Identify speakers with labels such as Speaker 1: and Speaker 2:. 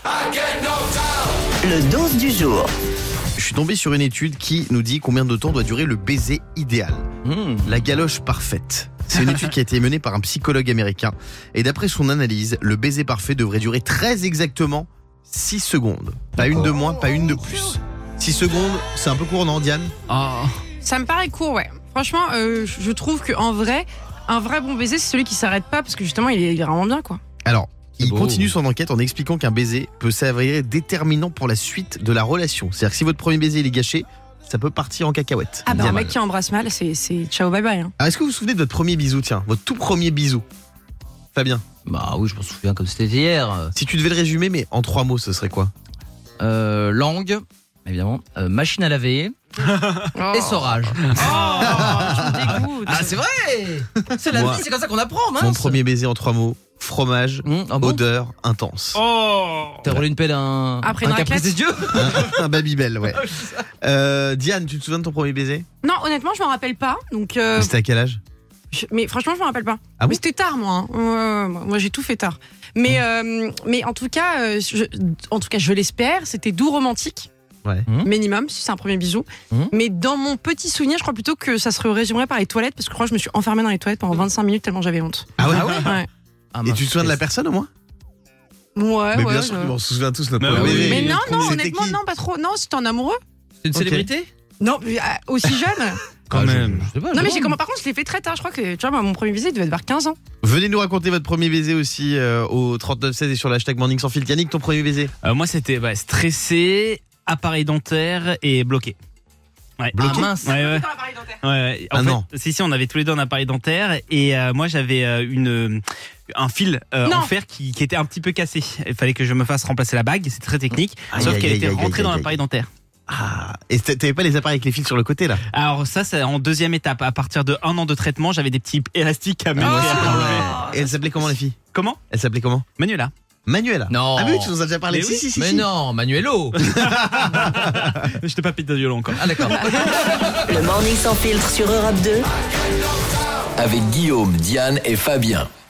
Speaker 1: Le 12 du jour.
Speaker 2: Je suis tombé sur une étude qui nous dit combien de temps doit durer le baiser idéal. La galoche parfaite. C'est une étude qui a été menée par un psychologue américain. Et d'après son analyse, le baiser parfait devrait durer très exactement 6 secondes. Pas une de moins, pas une de plus. 6 secondes, c'est un peu court, non, Diane ?
Speaker 3: Ça me paraît court, ouais. Franchement, je trouve qu'en vrai, un vrai bon baiser, c'est celui qui s'arrête pas parce que justement, il est vraiment bien, quoi.
Speaker 2: Alors, il
Speaker 4: beau.
Speaker 2: continue son enquête en expliquant qu'un baiser peut s'avérer déterminant pour la suite de la relation. C'est-à-dire que si votre premier baiser il est gâché, ça peut partir en cacahuète.
Speaker 3: Ah bah un
Speaker 2: Diane.
Speaker 3: mec qui embrasse mal, c'est ciao bye bye. Hein.
Speaker 2: Alors, est-ce que vous vous souvenez de votre premier bisou, tiens, votre tout premier bisou, Fabien ?
Speaker 4: Bah oui, je m'en souviens comme c'était hier.
Speaker 2: Si tu devais le résumer, mais en 3 mots, ce serait quoi ?
Speaker 4: Langue, évidemment. Machine à laver et saurage.
Speaker 3: Je me dégoûte.
Speaker 4: Ah, c'est vrai. C'est la
Speaker 2: Moi-
Speaker 4: vie, c'est comme ça qu'on apprend, mince.
Speaker 2: Mon premier baiser en 3 mots, fromage,
Speaker 4: Ah bon
Speaker 2: odeur, intense.
Speaker 4: T'as roulé une pelle un
Speaker 3: Après
Speaker 4: un
Speaker 3: une
Speaker 4: caprice
Speaker 3: raclette.
Speaker 4: des dieux.
Speaker 2: Un Babybel, ouais. Diane, tu te souviens de ton premier baiser ?
Speaker 3: Non, honnêtement, je m'en rappelle pas. Donc,
Speaker 2: C'était à quel âge ?
Speaker 3: mais franchement, je m'en rappelle pas.
Speaker 2: Ah bon
Speaker 3: Mais c'était tard, moi. Hein. Moi, j'ai tout fait tard. Mais en tout cas, je l'espère. C'était doux, romantique.
Speaker 2: Ouais.
Speaker 3: Minimum, si c'est un premier bisou. Mais dans mon petit souvenir, je crois plutôt que ça se résumerait par les toilettes, parce que je crois que je me suis enfermée dans les toilettes pendant 25 minutes tellement j'avais honte.
Speaker 2: Ah ouais,
Speaker 3: Ouais.
Speaker 4: Ah,
Speaker 2: Et tu te souviens de la personne au moins ?
Speaker 3: Ouais,
Speaker 2: Mais
Speaker 3: ouais.
Speaker 2: bien sûr qu'on se souvient tous de notre
Speaker 5: Bah
Speaker 2: premier
Speaker 5: oui.
Speaker 2: baiser.
Speaker 3: Mais non,
Speaker 2: C'était
Speaker 3: honnêtement,
Speaker 2: qui ?
Speaker 3: non, pas trop. Non, c'était un amoureux.
Speaker 4: C'est une
Speaker 2: Ok.
Speaker 4: célébrité.
Speaker 3: Non, mais, aussi jeune.
Speaker 5: Quand même.
Speaker 4: Je sais pas.
Speaker 3: Non, mais par contre, je l'ai fait très tard. Je crois que, tu vois, mon premier baiser, il devait avoir 15 ans.
Speaker 2: Venez nous raconter votre premier baiser aussi au 3916 et sur l'hashtag Morning Sans Filtre. Yannick, ton premier baiser ?
Speaker 5: Moi, c'était stressé, appareil dentaire et bloqué. Ouais.
Speaker 4: Ah mince.
Speaker 5: Ouais. Ouais.
Speaker 2: Ah non.
Speaker 5: Si, on avait tous les deux un appareil dentaire et moi j'avais un fil en fer qui était un petit peu cassé. Il fallait que je me fasse remplacer la bague, c'est très technique,
Speaker 2: Aïe,
Speaker 5: sauf
Speaker 2: aïe,
Speaker 5: qu'elle
Speaker 2: aïe,
Speaker 5: était
Speaker 2: aïe,
Speaker 5: rentrée
Speaker 2: aïe,
Speaker 5: dans
Speaker 2: aïe,
Speaker 5: l'appareil dentaire.
Speaker 2: Ah, et t'avais pas les appareils avec les fils sur le côté là ?
Speaker 5: Alors ça, c'est en deuxième étape. À partir de 1 an de traitement, j'avais des petits élastiques à mettre.
Speaker 2: Et elle s'appelait comment la fille ?
Speaker 5: Comment ?
Speaker 2: Elle s'appelait comment ?
Speaker 5: Manuela.
Speaker 2: Manuela.
Speaker 4: Non.
Speaker 2: Ah oui, tu nous as déjà parlé.
Speaker 5: Mais oui.
Speaker 2: Si.
Speaker 4: Mais non, Manuelo.
Speaker 5: Je t'ai pas pété de violon encore.
Speaker 4: Ah d'accord.
Speaker 1: Le Morning Sans Filtre sur Europe 2.
Speaker 6: Avec Guillaume, Diane et Fabien.